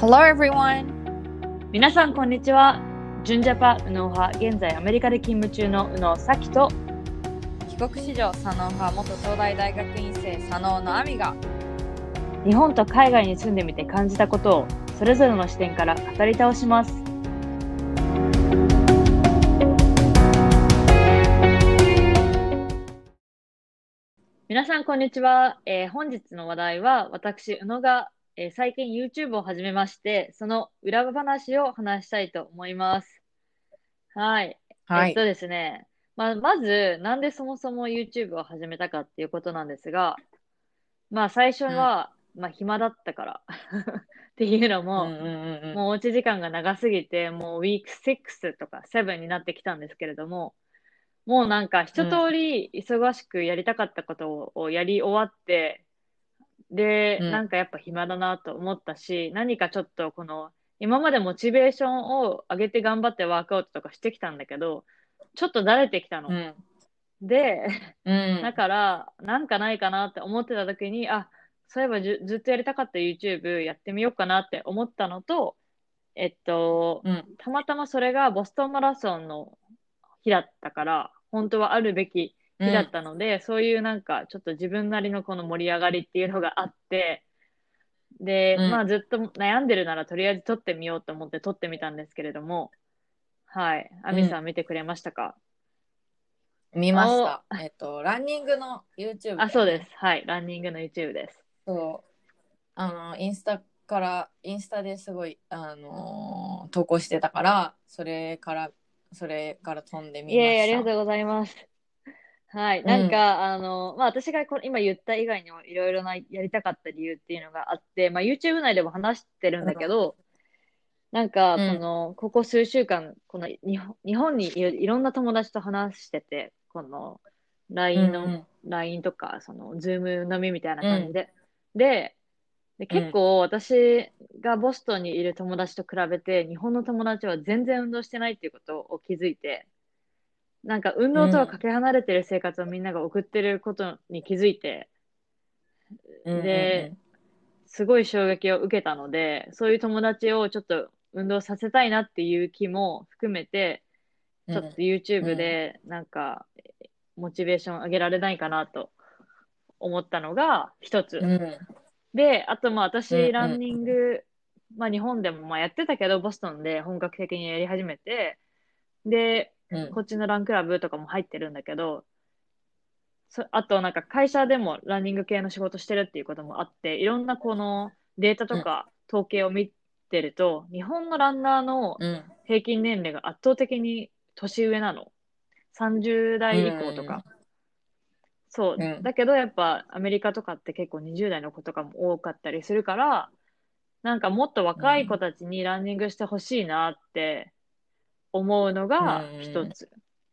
Hello everyone! 皆さんこんにちは。純ジャパ右脳派、現在アメリカで勤務中の右脳咲と帰国子女左脳派元東大大学院生左脳の亜美が日本と海外に住んでみて感じたことをそれぞれの視点から語り倒します。皆さんこんにちは。本日の話題は私宇野が、最近 YouTube を始めまして、その裏話を話したいと思います。はい。 はい。 ですね。まず、なんでそもそも YouTube を始めたかっていうことなんですが、最初は、暇だったからっていうのも、もうおうち時間が長すぎて、もうウィーク6とか7になってきたんですけれども、もうなんか一通り忙しくやりたかったことをやり終わって、で、なんかやっぱ暇だなと思ったし、何かちょっとこの、今までモチベーションを上げて頑張ってワークアウトとかしてきたんだけど、ちょっと慣れてきたの。で、だから、なんかないかなって思ってた時に、そういえばずっとやりたかった YouTube やってみようかなって思ったのと、たまたまそれがボストンマラソンの日だったから、本当はあるべき日だったので、そういうなんかちょっと自分なりのこの盛り上がりっていうのがあって、で、ずっと悩んでるならとりあえず撮ってみようと思って撮ってみたんですけれども、はい。アミさん見てくれましたか？ 見ました。ランニングの YouTube だよね。 そうです。はい。ランニングの YouTube です。 そう。インスタですごい、投稿してたから、それから飛んでみまありがした。 とうございます。はい。なんか、私が今言った以外にもいろいろなやりたかった理由っていうのがあって、YouTube 内でも話してるんだけど、なんか、ここ数週間、この日本にいろんな友達と話してて、この LINE とか、その Zoom 飲みみたいな感じで。で、結構私がボストンにいる友達と比べて、日本の友達は全然運動してないっていうことを気づいて、なんか運動とはかけ離れてる生活をみんなが送ってることに気づいて、で、すごい衝撃を受けたので、そういう友達をちょっと運動させたいなっていう気も含めて、ちょっと YouTube でなんかモチベーション上げられないかなと思ったのが一つ。で、あと私ランニング、日本でもやってたけど、ボストンで本格的にやり始めて、で、こっちのランクラブとかも入ってるんだけど、あとなんか会社でもランニング系の仕事してるっていうこともあって、いろんなこのデータとか統計を見てると、日本のランナーの平均年齢が圧倒的に年上なの。30代以降とか。そう。だけどやっぱアメリカとかって結構20代の子とかも多かったりするから、なんかもっと若い子たちにランニングしてほしいなって思うのが一つ。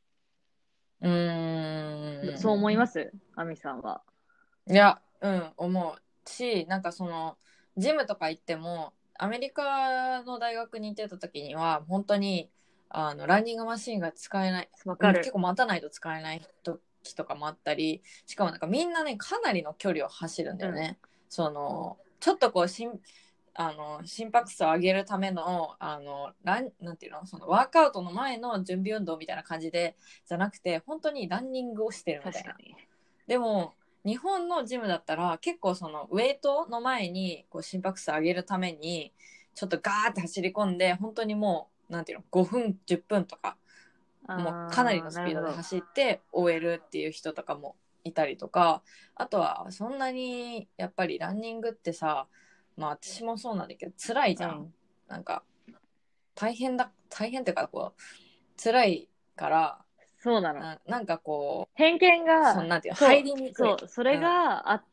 そう思いますアミさんは？ いや、思うし、なんかそのジムとか行ってもアメリカの大学に行ってた時には本当にランニングマシンが使えない、結構待たないと使えない時とかもあったり、しかもなんかみんなねかなりの距離を走るんだよね。そのちょっとこう心拍数を上げるためのなんていうの、そのワークアウトの前の準備運動みたいな感じでじゃなくて、本当にランニングをしてるみたいな。でも日本のジムだったら結構そのウェイトの前にこう心拍数上げるためにちょっとガーって走り込んで、本当にもうなんていうの、5分10分とかもうかなりのスピードで走って終えるっていう人とかもいたりとか、あとはそんなにやっぱりランニングってさ、私もそうなんだけど辛いじゃん、なんか大変っていうかこう辛いから、 そうなの。 なんかこう偏見が、 なんていうの、入りにくい。 それがあって、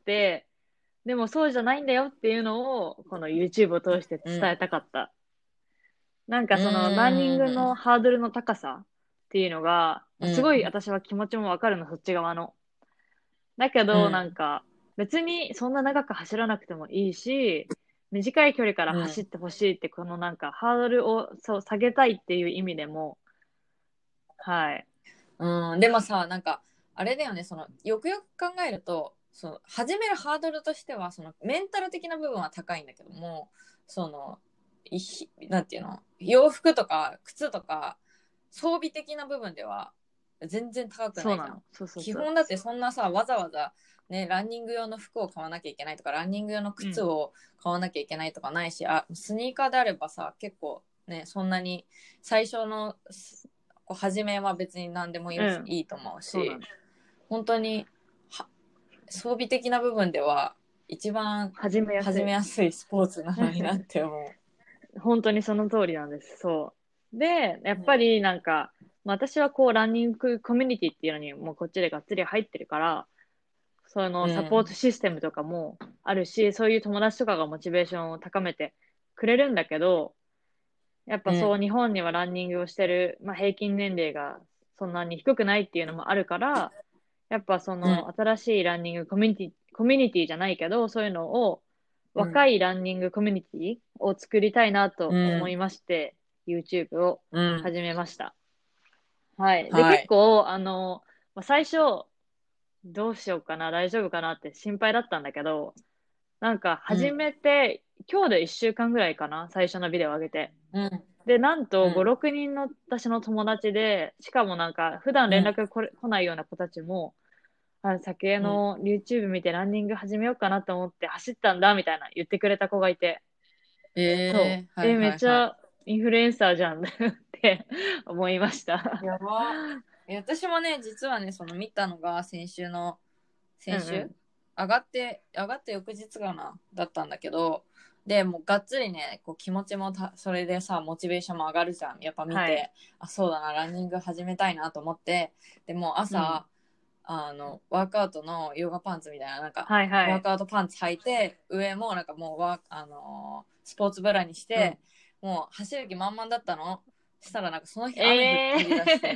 でもそうじゃないんだよっていうのを、この YouTube を通して伝えたかった。なんかそのランニングのハードルの高さっていうのが、すごい私は気持ちもわかるの、そっち側の。だけど、なんか、別にそんな長く走らなくてもいいし、短い距離から走ってほしいって、このなんかハードルを下げたいっていう意味でも、はい。 でもさ、なんかあれだよね、そのよくよく考えると、その始めるハードルとしてはそのメンタル的な部分は高いんだけども、そのなんていうの、洋服とか靴とか装備的な部分では全然高くないじゃん。基本だってそんなさ、わざわざね、ランニング用の服を買わなきゃいけないとか、ランニング用の靴を買わなきゃいけないとかないし、スニーカーであればさ、結構ね、そんなに最初の初めは別に何でもいいと思うし、本当に装備的な部分では一番始めやすいスポーツなのになって思う。 本当にその通りなんです。そう。で、やっぱりなんか、私はこうランニングコミュニティっていうのにもうこっちでがっつり入ってるから、そのサポートシステムとかもあるし、そういう友達とかがモチベーションを高めてくれるんだけど、やっぱそう、日本にはランニングをしてる、平均年齢がそんなに低くないっていうのもあるから、やっぱその新しいランニングコミュニティじゃないけど、そういうのを若いランニングコミュニティを作りたいなと思いまして、YouTube を始めました。はい。で、結構、最初、どうしようかな、大丈夫かなって心配だったんだけど、なんか始めて、今日で1週間ぐらいかな、最初のビデオを上げて。で、なんと5、6人の私の友達で、しかもなんか普段連絡来ないような子たちも、酒の YouTube 見てランニング始めようかなと思って走ったんだみたいな言ってくれた子がいて。そう。めっちゃインフルエンサーじゃんって思いました。 やば。私もね、実はね、見たのが先週、上がって翌日かな、だったんだけど、で、もうがっつりね、こう気持ちもそれでさ、モチベーションも上がるじゃん。やっぱ見て、そうだな、ランニング始めたいなと思って、でもう朝、ワークアウトのヨガパンツみたいな、なんか、ワークアウトパンツ履いて、上もなんかもうスポーツブラにして、もう走る気満々だったの。したらなんかその日雨降り出して、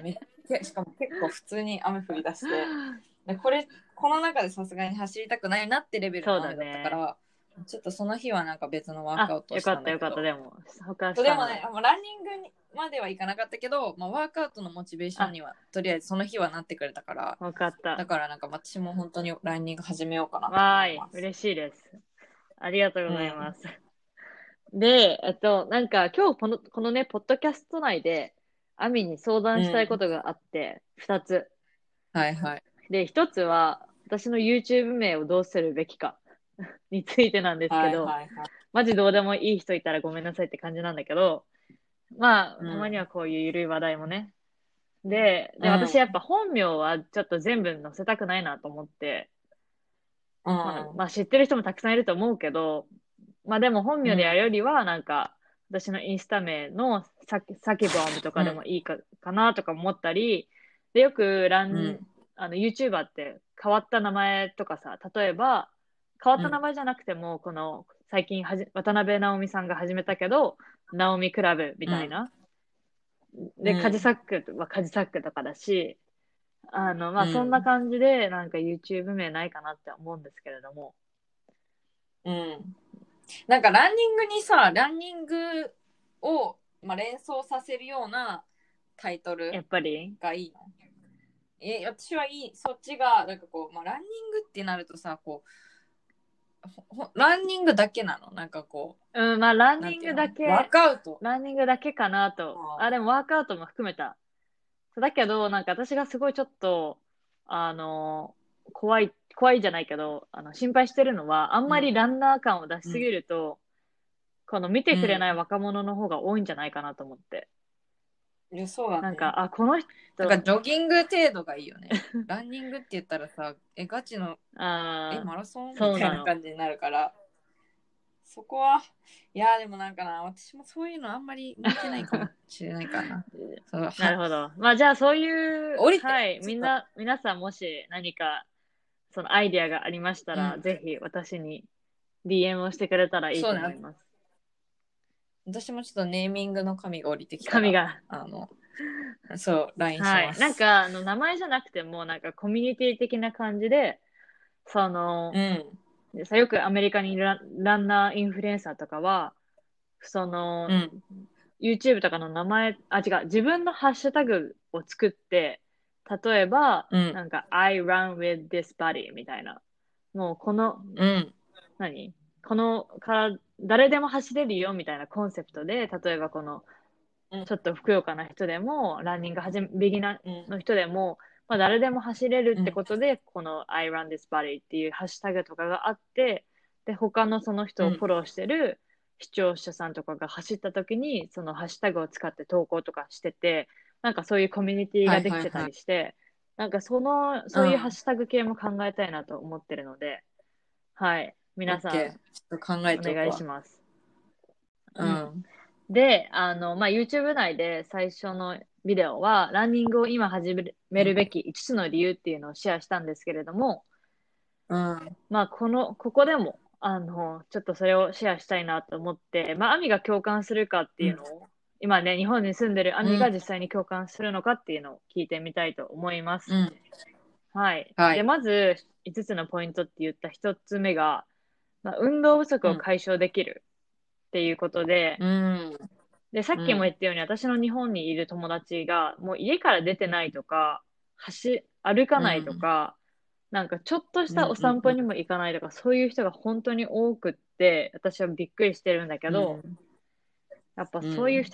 しかも結構普通に雨降り出して、でこの中でさすがに走りたくないなってレベルの雨だったから、ちょっとその日はなんか別のワークアウトをしたんだけど。 よかった、でも。 でもね、ランニングまではいかなかったけど、ワークアウトのモチベーションにはとりあえずその日はなってくれたから、 わかった。 だからなんか私も本当にランニング始めようかなと思います。 嬉しいです。ありがとうございます。で、なんか今日このね、ポッドキャスト内で、アミに相談したいことがあって、2つ。で、1つは、私の YouTube 名をどうするべきかについてなんですけど、マジどうでもいい人いたらごめんなさいって感じなんだけど、たまにはこういうゆるい話題もね。で、私やっぱ本名はちょっと全部載せたくないなと思って、知ってる人もたくさんいると思うけど、でも本名でやるよりは、なんか、私のインスタ名のサキボムとかでもいいかなとか思ったり、で、よくYouTuber って変わった名前とかさ、例えば、変わった名前じゃなくても、この、最近渡辺直美さんが始めたけど、直美クラブみたいな。で、カジサックはカジサックとかだし、そんな感じで、なんか YouTube 名ないかなって思うんですけれども。 なんかランニングを、連想させるようなタイトルがいいの。私そっちが、なんかこう、ランニングってなるとさ、こう、ランニングだけなのなんかこう。 ランニングだけ。 ワークアウト。 ランニングだけかなと。でもワークアウトも含めた。だけど、なんか私がすごいちょっと、怖いじゃないけど、心配してるのは、あんまりランナー感を出しすぎると、この見てくれない若者の方が多いんじゃないかなと思って。 そうだね。 なんか、この人。 なんかジョギング程度がいいよね。ランニングって言ったらさ、ガチの、マラソンみたいな感じになるから、そこは、いやでもなんかな、私もそういうのあんまり向いてないかもしれないかな。 なるほど。じゃあそういう、皆さんもし何か、そのアイディアがありましたら、ぜひ私に DM をしてくれたらいいと思います。 私もちょっとネーミングの紙が降りてきたら、そう、LINE します。 なんか、名前じゃなくても、なんかコミュニティ的な感じで、よくアメリカにいるランナーインフルエンサーとかは、YouTube とかの名前、自分のハッシュタグを作って、例えば、なんか、I run with this body みたいな。もう、この、この誰でも走れるよみたいなコンセプトで、例えばこの、 うんちょっとふくよかな人でも、ランニングビギナうんーの人でも、まあ、誰でも走れるってうんことで、この I run this body っていうハッシュタグとかがあって、で、他のその人をフォローしてる視聴者さんとかが走った時に、そのハッシュタグを使って投稿とかしてて、なんかそういうコミュニティはいができてたはいはい。 りして、なんかそういうハッうん。 シュタグ系も考えたいなと思ってるので、はい。皆さん、 オッケー。ちょっと考えお願いておくわ。 します。うん。 うん。 で、まあ、YouTube 内で最初のビデオは、ランニングを今始めるべき5つの理由っていうのをシェアしたんですけれども、 うん。 まあ、ここでも、ちょっとそれをシェアしたいなと思って、まあ、アミが共感するかってうん。 いうのを、今ね、日本に住んでるアミうん。 が実際に共感するのかっていうのを聞いてみたいと思います。 うん。 はい。で、 はい。 まず、5つのポイントって言った1つ目が、まあ、運動不足うん。 を解消できるっていうことで、 うん。 で、さっきもうん。 言ったように、私の日本にいる友達が、もう家から出てないとか、歩かないとうん。 か、なんかちょっとしうん。 たお散歩にも行かないとか、そういう人が本当に多くって、私はびっくりしてるんだけうど、 ん。 やっぱうん。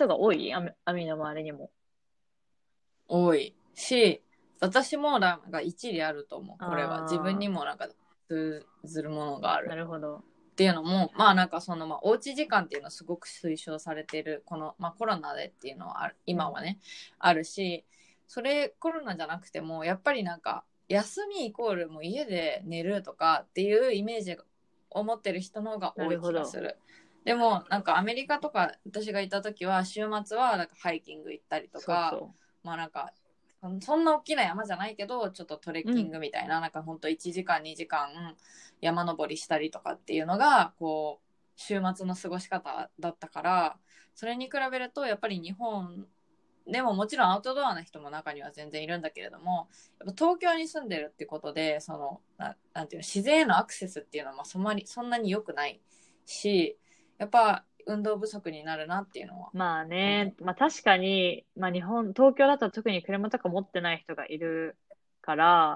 そういう人が多いアミの周りにも。 多いし、私もなんか一理あると思う。これは自分あにもなんか通ずるものがあー、なる。 るほど。 っていうのも、まあなんかその、まあ、おうち時間っていうのはすごく推奨されてる、この、まあコロナでっていうのはある、 うん。 今はね、あるし、それコロナじゃなくても、やっぱりなんか、休みイコールもう家で寝るとかっていうイメージを持ってる人の方が多いなるほど。 気がする。でもなんかアメリカとか私がいた時は週末はなんかハイキング行ったりとか、 そうそまあなんかそんな大きな山じゃないけどちょっとトレッう。うキンん。 グみたいな、なんかほんと1時間2時間山登りしたりとかっていうのがこう週末の過ごし方だったから、それに比べるとやっぱり日本でももちろんアウトドアな人も中には全然いるんだけれども、やっぱ東京に住んでるってことでそのなんていうの、自然へのアクセスっていうのはそんなに良くないし、やっぱ運動不足になるなっていうのはまあね、 思まあ確かに、まあ東京だと特に車とか持ってない人がいるから、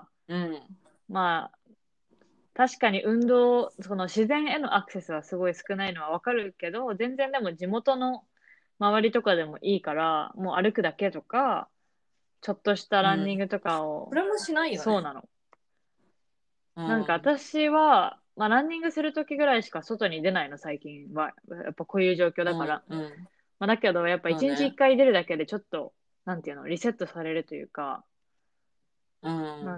う。うん。 まあ確かに運動、その自然へのアクセスはすごい少ないのはわかるけど、全然でも地元の周りとかでもいいから、もう歩くだけとか、ちょっとしたうん。 ランニングとかを、 それもしないよね。 そうなの。 うなんかん。 私は、まあランニングするときぐらいしか外に出ないの、最近は。やっぱこういう状況うん。 だから。 うん。 まあだけど、やっぱ一日一そうね。 回出るだけでちょっと、なんていうの、リセットされるというか、 うん。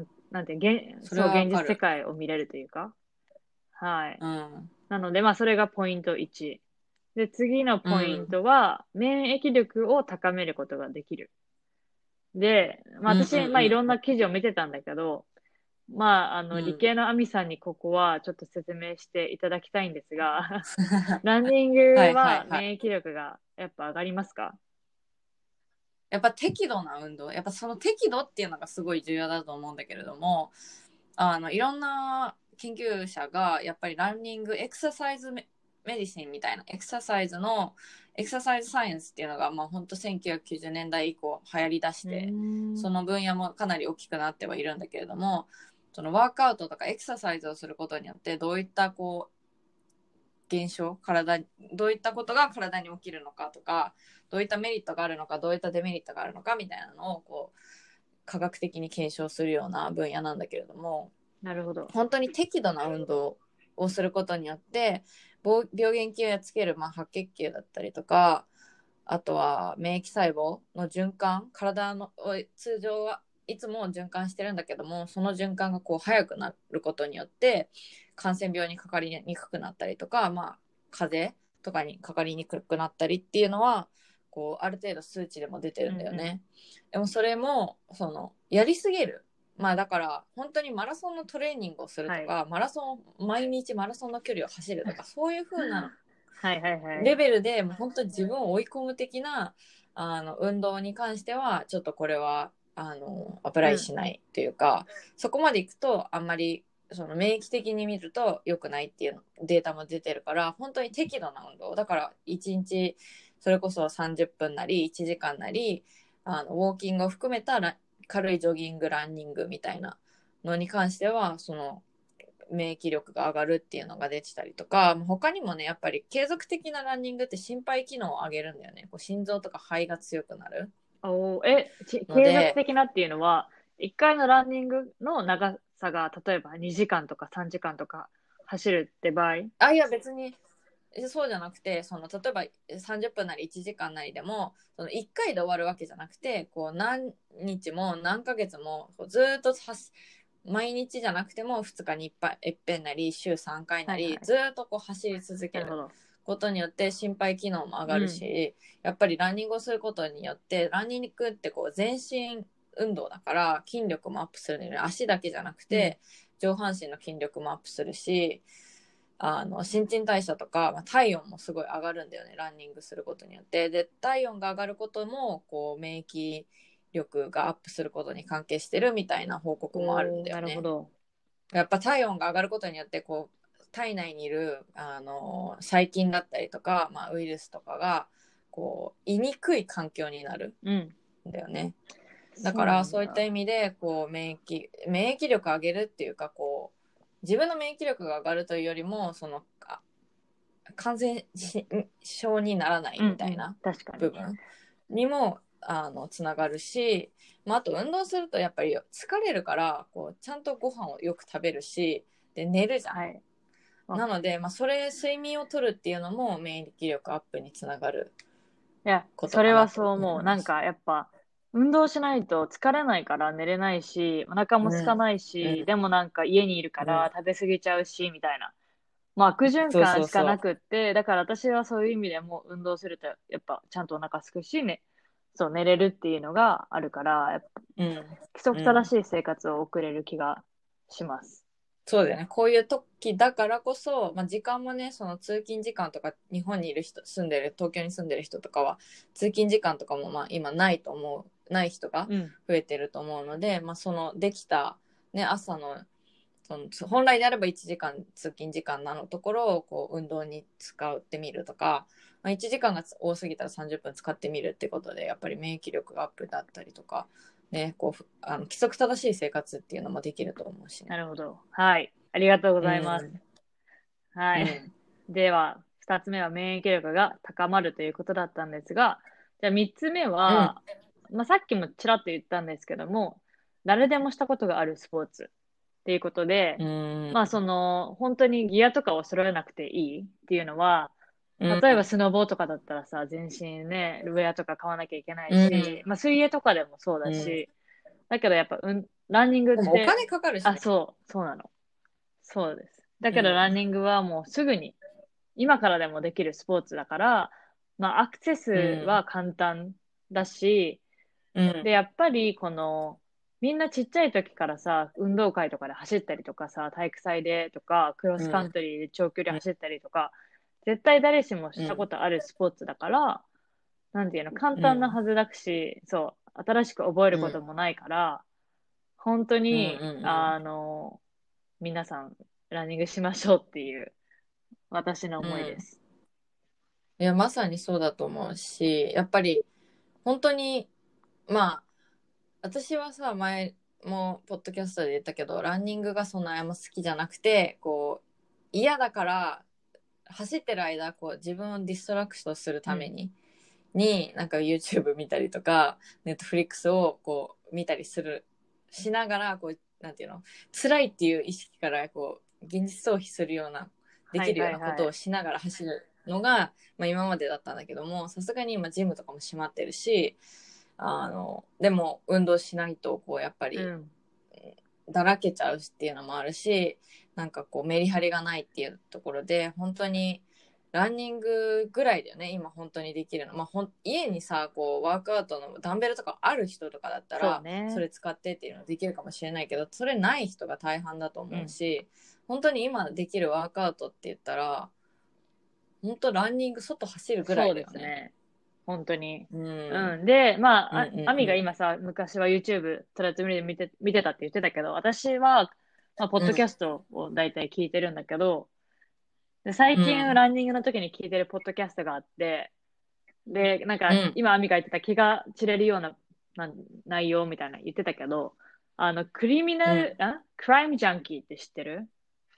なんて、 それそう、現実世はわかる。 界を見れるというか。はい。 うん。 なので、まあ、それがポイント1。で、次のうポインん。 トは、免疫力を高めることができる。で、まあ、 うん。 私、まあ、いろんうん。 な記事を見てたんだけど、まあ、 うん。うん。 理系のアミさんにここはちょっと説明していただきたいんですが、ランニングはいはいはい。 は免疫力がやっぱ上がりますか？ やっぱ適度な運動、やっぱその適度っていうのがすごい重要だと思うんだけれども、いろんな研究者がやっぱりランニング、エクササイズメディシンみたいな、エクササイズサイエンスっていうのが、まあ本当1990年代以降流行り出しうーて、 ん。 その分野もかなり大きくなってはいるんだけれども、そのワークアウトとかエクササイズをすることによってどういったこう現象、どういったことが体に起きるのかとか、どういったメリットがあるのか、どういったデメリットがあるのかみたいなのをこう科学的に検証するような分野なんだけれども、 なるほど。 本当に適度な運動をすることによって病原菌をやっつける、まあ、白血球だったりとか、あとは免疫細胞の循環、体の通常はいつも循環してるんだけども、その循環がこう早くなることによって感染病にかかりにくくなったりとか、まあ、風邪とかにかかりにくくなったりっていうのはこうある程度数値でも出てるんだようんうね。でもそれもそのやりすぎる、まあだから本当にマラソンのトレーニングをすん。はい。 るとか、毎日マラソンの距離を走るとか、そういう風なはいはいはい。 レベルでもう本当に自分を追い込む的な運動に関してはちょっとこれはアプライうん。 しないというか、そこまでいくとあんまりその免疫的に見ると良くないっていうデータも出てるから、本当に適度な運動だから、1日それこそ30分なり1時間なりウォーキングを含めた軽いジョギングランニングみたいなのに関してはその免疫力が上がるっていうのが出てたりとか、他にもね、やっぱり継続的なランニングって心肺機能を上げるんだよね。こう心臓とか肺が強くなる継続ので、 的なっていうのは、1回のランニングの長さが、例えば2時間とか3時間とか走るって場合？ いや別にそうじゃなくて、例えば30分なり1時間なりでも、1回で終わるわけじゃなくて、こう何日も何ヶ月もずっと毎日じゃなくても2日に一遍なり週3回なり、 はいはい、 ずっとこう走り続けることによって心肺機能も上がるし、やっぱりランニングをすることによって、ランニングってこう全身運動だから筋力もアップするので、足だけじゃなくて上半身の筋力もアップするし、新陳代謝とか、体温もすごい上がるんだよね、ランニングすることによって。で、体温が上がることもこう免疫力がアップすることに関係してるみたいな報告もあるんだよね。 なるほど。 やっぱ体温が上がることによってこう体内にいる細菌だったりとか、ウイルスとかがこう居にくい環境になるんだよね。だからそういった意味でこう免疫力上げるっていうか、こう自分の免疫力が上がるというよりも、感染症にならないみたいな部分にもつながるし、あと運動するとやっぱり疲れるから、こうちゃんとご飯をよく食べるし、で寝るじゃん、はい、なので、睡眠をとるっていうのも免疫力アップにつながることかな。いや、それはそう思う。なんかやっぱ運動しないと疲れないから寝れないし、お腹も空かないし、でもなんか家にいるから食べ過ぎちゃうし、みたいな。悪循環しかなくって、だから私はそういう意味でも運動するとやっぱちゃんとお腹すくしね、そう寝れるっていうのがあるから、やっぱ規則正しい生活を送れる気がします。 そうだよね。こういう時だからこそ、時間もね、通勤時間とか、日本にいる人、東京に住んでる人とかは、通勤時間とかも今ない人が増えてると思うので、できた、ね、朝の、本来であれば1時間通勤時間なのところをこう運動に使ってみるとか、1時間が多すぎたら30分使ってみるってことで、やっぱり免疫力がアップだったりとか、ね、こう規則正しい生活っていうのもできると思うし、ね。 なるほど。はい。ありがとうございます。はい。では、2つ目は免疫力が高まるということだったんですが、じゃあ3つ目は、さっきもちらっと言ったんですけども、誰でもしたことがあるスポーツっていうことで、本当にギアとかを揃えなくていいっていうのは、例えばスノボーとかだったらさ、全身ね、ウェアとか買わなきゃいけないし、水泳とかでもそうだし、だけどやっぱ、ランニングって。 お金かかるし、ね。 そうなの。そうです。だけどランニングはもうすぐに、今からでもできるスポーツだから、アクセスは簡単だし、で、やっぱりみんなちっちゃい時からさ、運動会とかで走ったりとかさ、体育祭でとか、クロスカントリーで長距離走ったりとか、絶対誰しもしたことあるスポーツだから、なんていうの、簡単なはずだし、そう、新しく覚えることもないから、本当に、皆さん、ランニングしましょうっていう、私の思いです。 いや、まさにそうだと思うし、やっぱり、本当に、私はさ、前もポッドキャストで言ったけど、ランニングがそんな好きじゃなくて、こう、嫌だから、走ってる間、こう、自分をディストラクションするために、なんか YouTube 見たりとか、Netflix をこう、見たりしながら、こう、なんていうの、辛いっていう意識から、こう、現実逃避するような、できるようなことをしながら走るのが、今までだったんだけども、さすがに今ジムとかも閉まってるし、でも運動しないとこうやっぱりだらけちゃうっていうのもあるし、なんかこうメリハリがないっていうところで、本当にランニングぐらいだよね今本当にできるの。家にさこうワークアウトのダンベルとかある人とかだったら それ使ってっていうのできるかもしれないけど、それない人が大半だと思うし、本当に今できるワークアウトって言ったら本当ランニング外走るぐらいだよね。そうですね、 本当に。で、アミが今さ、昔は YouTube、トラッドミルで見てたって言ってたけど、私は、ポッドキャストを大体聞いてるんだけど、で最近ランニングの時に聞いてるポッドキャストがあって、で、なんか、今アミが言ってた気が散れるような内容みたいな言ってたけど、クライムジャンキーって知ってる？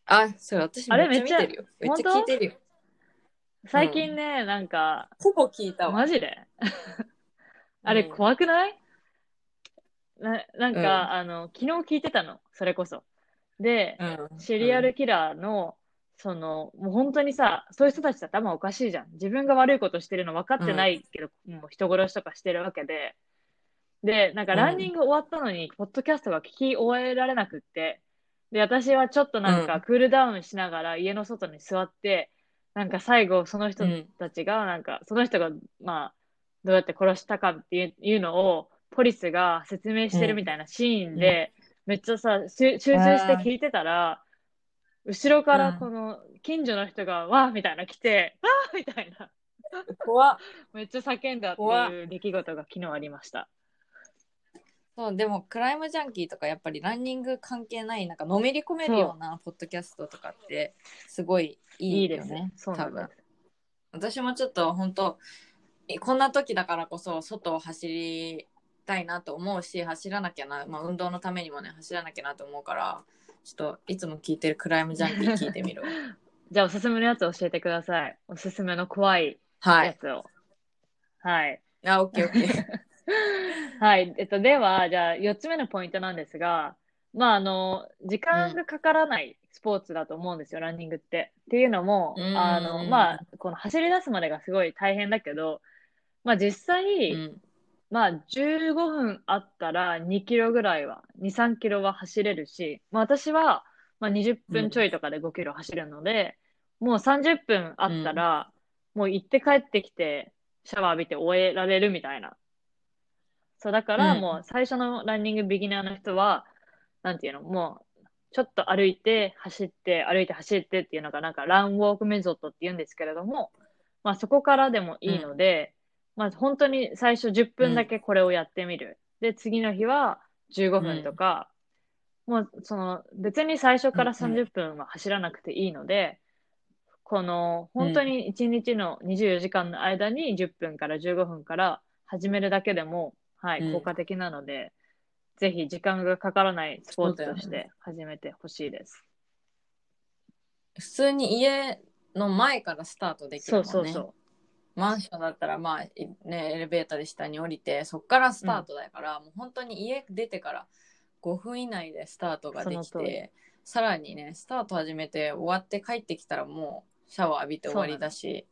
あ、それ私あめっちれめっちゃ、 ゃ見てるよ。めっちゃ聞い本当てるよ。う最近ん。 ね、なんか、 ほぼ聞いたわ。 マジであれうん。 怖くない？なんうん。 か、昨日聞いてたの、それこそ。で、 うん。 シうん。 リアルキラーの、もう本当にさ、そういう人たちって頭おかしいじゃん。自分が悪いことしてるの分かってなうん。 いけど、もう人殺しとかしてるわけで、で、なんかランニンうん。 グ終わったのに、ポッドキャストが聞き終えられなくって、で、私はちょっとなんかうん。 クールダウンしながら家の外に座って、なんか最後その人うん。 たちが、なんかその人が、まあ、どうやって殺したかっていうのを、ポリスが説明してるみたいなシーンうん。 で、めっちゃさ、集中してあ聞いてたら、後ろかあ、 らうん。 この近所の人が、わーみたいな来て、わーみたいな、 怖っ。 めっちゃ叫んだって怖っ。 いう出来事が昨日ありました。 そう、でも、クライムジャンキーとか、やっぱりランニング関係ない、なんか、のめり込めるよそうなポッドキャストとかって、すごいう、いいです。 いいよね、多分。 そうなんです。 私もちょっと、本当こんな時だからこそ、外を走りたいなと思うし、走らなきゃな、まあ、運動のためにもね、走らなきゃなと思うから、ちょっと、いつも聞いてるクライムジャンキー聞いてみるわ。 じゃあ、おすすめのやつ教えてください。おすすめの怖いはい。 やつを。はい。 あ、オッケーオッケー。 はい。では、じゃあ、4つ目のポイントなんですが、まあ、時うん。 間がかからないスポーツだと思うんですよ、ランニングって。っていうのうも、まあ、 ーん。 この走り出すまでがすごい大変だけど、まあ実際、 うん。 まあ15分あったら2キロぐらいは、2、3キロは走れるし、まあ私は、まあ20分ちょうん。 いとかで5キロ走るので、もう30分あったうん。 ら、もう行って帰ってきて、シャワー浴びて終えられるみたいな。そう、だからもううん。 最初のランニングビギナーの人は、なんていうの、もう、ちょっと歩いて、走って、歩いて、走ってっていうのが、なんか、ランウォークメソッドって言うんですけれども、まあ、そこからでもいいのうん。 で、まあ、本当に最初10分だうん。 けこれをやってみる。で、次の日は15分とうん。 か、もう、別に最初からうん。うん。 30分は走らなくていいので、本当うん。 に1日の24時間の間に10分から15分から始めるだけでも、はい、効うん。 果的なので、ぜひ時間がかからないスポーそうツとしだよね。 て始めてほしいです。 普通に家の前からスタートできそうるもんね。 そうそマンションだったらまあね、エレベーターで下に降りて、そっからスう。うん。 タートだから、もう本当に家出てから5分以内でスタートがそでの通り。 きて、さらにね、スタート始めて終わって帰ってきたらもうシャワー浴びて終わそうなの。 りだし、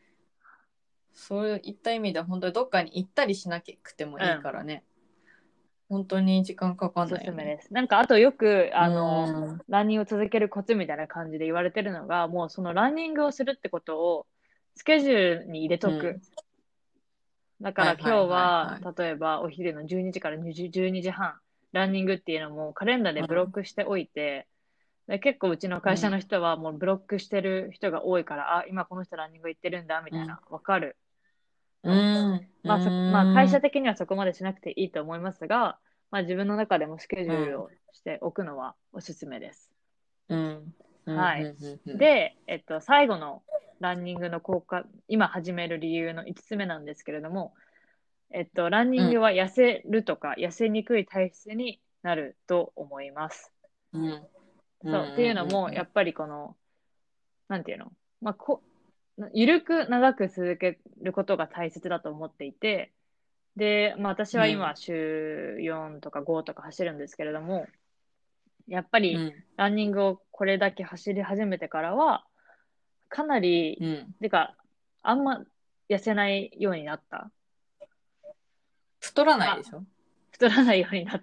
そういった意味で本当にどっかに行ったりしなくてもいいうん。 からね、本当に時間かかおすんないよね。 すめです。なんか、あとよく、 うーん。 ランニングを続けるコツみたいな感じで言われてるのが、もうそのランニングをするってことをスケジュールに入れとく。 うん。 だから今日はいはいはいは、 はい。 例えばお昼の12時から12時半、ランニングっていうのもカレンダーでブロッうん。 クしておいて、で結構うちの会社うん。 の人はもうブロックしてる人が多いから、あ、今この人ランニング行ってるんだ、みうん。 たいな、わかるうの。 ん。うまあ会社ん。 的にはそこまでしなくていいと思いますが、まあ自分の中でもスケジュールうん。 をしておくのはおすすめです。 うん。うん。 はい。 うん。 で、最後のランニングの効果、今始める理由の5つ目なんですけれども、ランニうん。 ングは痩せるとか痩せにくい体質になると思います。 うん。うん。 そう。っていうのも、やっぱりなんていうの、まあ、ゆるく長く続けることが大切だと思っていて、で、まあ私は今うん。 週4とか5とか走るんですけれども、やっぱりうん。 ランニングをこれだけ走り始めてからは、かなり、 うん。 てか、あんま痩せないようになった。 太らないでしあ、 ょ？ 太らないようになった。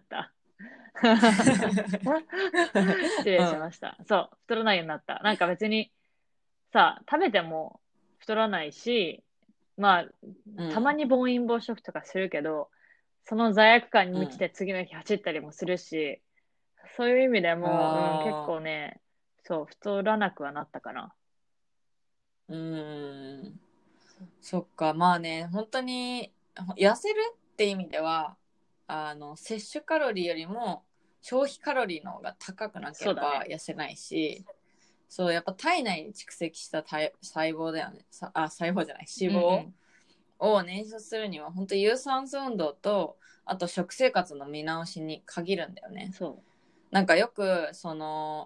失礼しました。そう、太らないようになった。なんか別にさ、食べても太らないし、まあ、たまうん。 に暴飲暴食とかするけど、その罪悪感にうん。 満ちて次の日走ったりもするし、そういう意味でも、うん、結ああ、 構ね、そう、太らなくはなったかな。 うーん。そっか、まあね、本当に痩せるって意味では、摂取カロリーよりも消費カロリーの方が高くなけれそうだね。 ば痩せないし、そう、やっぱ体内に蓄積した細胞だよね。細胞じゃない、脂肪うんうん。 を燃焼するには、本当有酸素運動と、あと食生活の見直しに限るんだよね。 そなんかよく、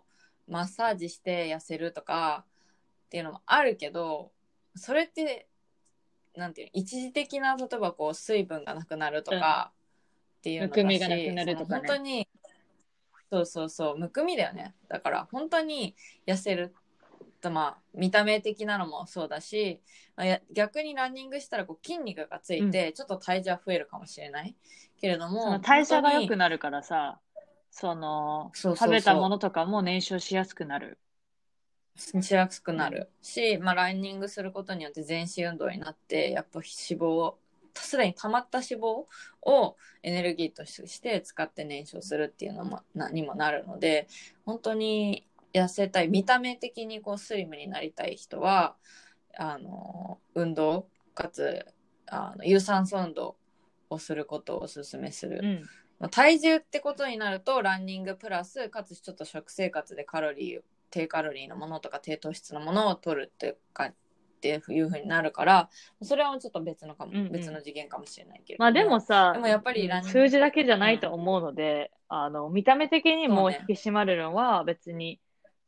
マッサージして痩せるとかっていうのもあるけど、それってなんていう一時的な、例えばこう水分がなくなるとかっていうのだし、 むくみがなくなるとかね。 本当にそうむくみだよね。だから本当に痩せると、まあ見た目的なのもそうだし、逆にランニングしたらこう筋肉がついてちょっと体重は増えるかもしれないけれども、 その代謝が良くなるからさ、食べたものとかも燃焼しやすくなる。 しやすくなるし、ランニングすることによって全身運動になって、やっぱ脂肪を、すでに溜まった脂肪をエネルギーとして使って燃焼するっていうのもにもなるので、本当に痩せたい、見た目的にこうスリムになりたい人は運動かつ有酸素運動をすることをおすすめする。体重ってことになるとランニングプラスかつちょっと食生活で低カロリーのものとか低糖質のものを取るっていう風になるから、それはちょっと別の次元かもしれないけど、 でもさ、 でもやっぱり数字だけじゃないと思うので、見た目的にも引き締まるのは別に、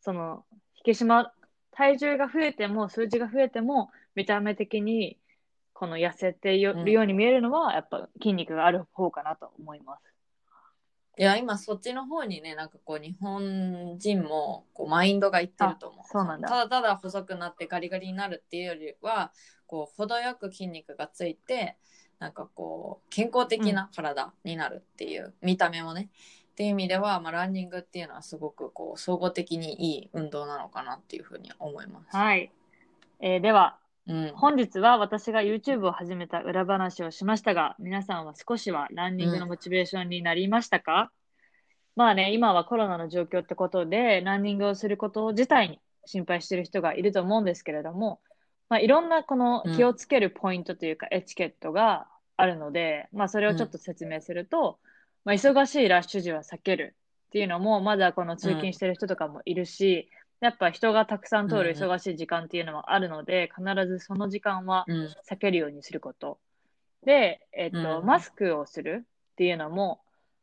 体重が増えても数字が増えても見た目的にこの痩せているように見えるのは、やっぱ筋肉がある方かなと思います。 いや、今そっちの方にね、なんかこう日本人もこうマインドがいってると思う。 そうなんだ。 ただただ細くなってガリガリになるっていうよりは、こう程よく筋肉がついて、なんかこう健康的な体になるっていう、見た目もねっていう意味では、ランニングっていうのはすごくこう総合的にいい運動なのかなっていうふうに思います。 はい。では、本日は私が YouTube を始めた裏話をしましたが、皆さんは少しはランニングのモチベーションになりましたか？今はコロナの状況ってことで、ランニングをすること自体に心配している人がいると思うんですけれども、いろんなこの気をつけるポイントというか、エチケットがあるので、それをちょっと説明すると、忙しいラッシュ時は避けるっていうのも、まだこの通勤してる人とかもいるし、やっぱ人がたくさん通る忙しい時間っていうのはあるので、必ずその時間は避けるようにすること。で、マスクをするっていうのも、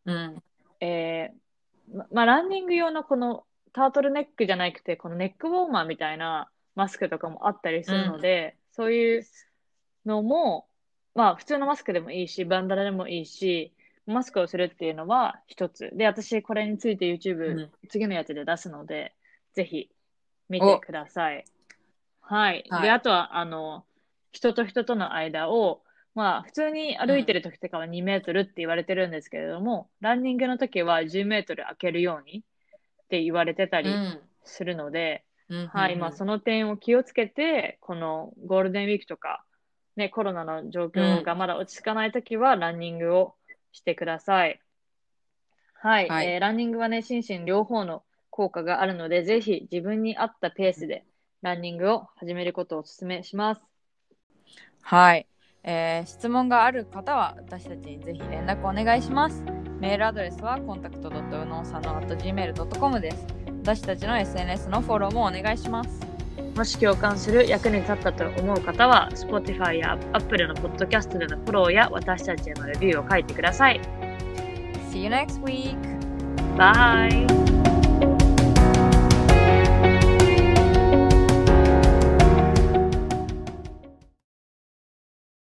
ランニング用のこのタートルネックじゃなくて、このネックウォーマーみたいなマスクとかもあったりするので、そういうのも、普通のマスクでもいいし、バンダナでもいいし、マスクをするっていうのは一つ。で、私これについて YouTube、次のやつで出すので、ぜひ見てください。はい。で、あとは、人と人との間を、普通に歩いてる時とかは2メートルって言われてるんですけれども、ランニングの時は10メートル空けるようにって言われてたりするので、はい。その点を気をつけて、このゴールデンウィークとか、ね、コロナの状況がまだ落ち着かない時はランニングをしてください。はい。ランニングはね、心身両方の効果があるので、ぜひ自分に合ったペースでランニングを始めることをお勧めします。 はい。質問がある方は私たちにぜひ連絡お願いします。メールアドレスは contact.unosano@gmail.com です。私たちの SNS のフォローもお願いします。 もし共感する、役に立ったと思う方は Spotify や Apple のポッドキャストでのフォローや私たちへのレビューを書いてください。 See you next week! Bye!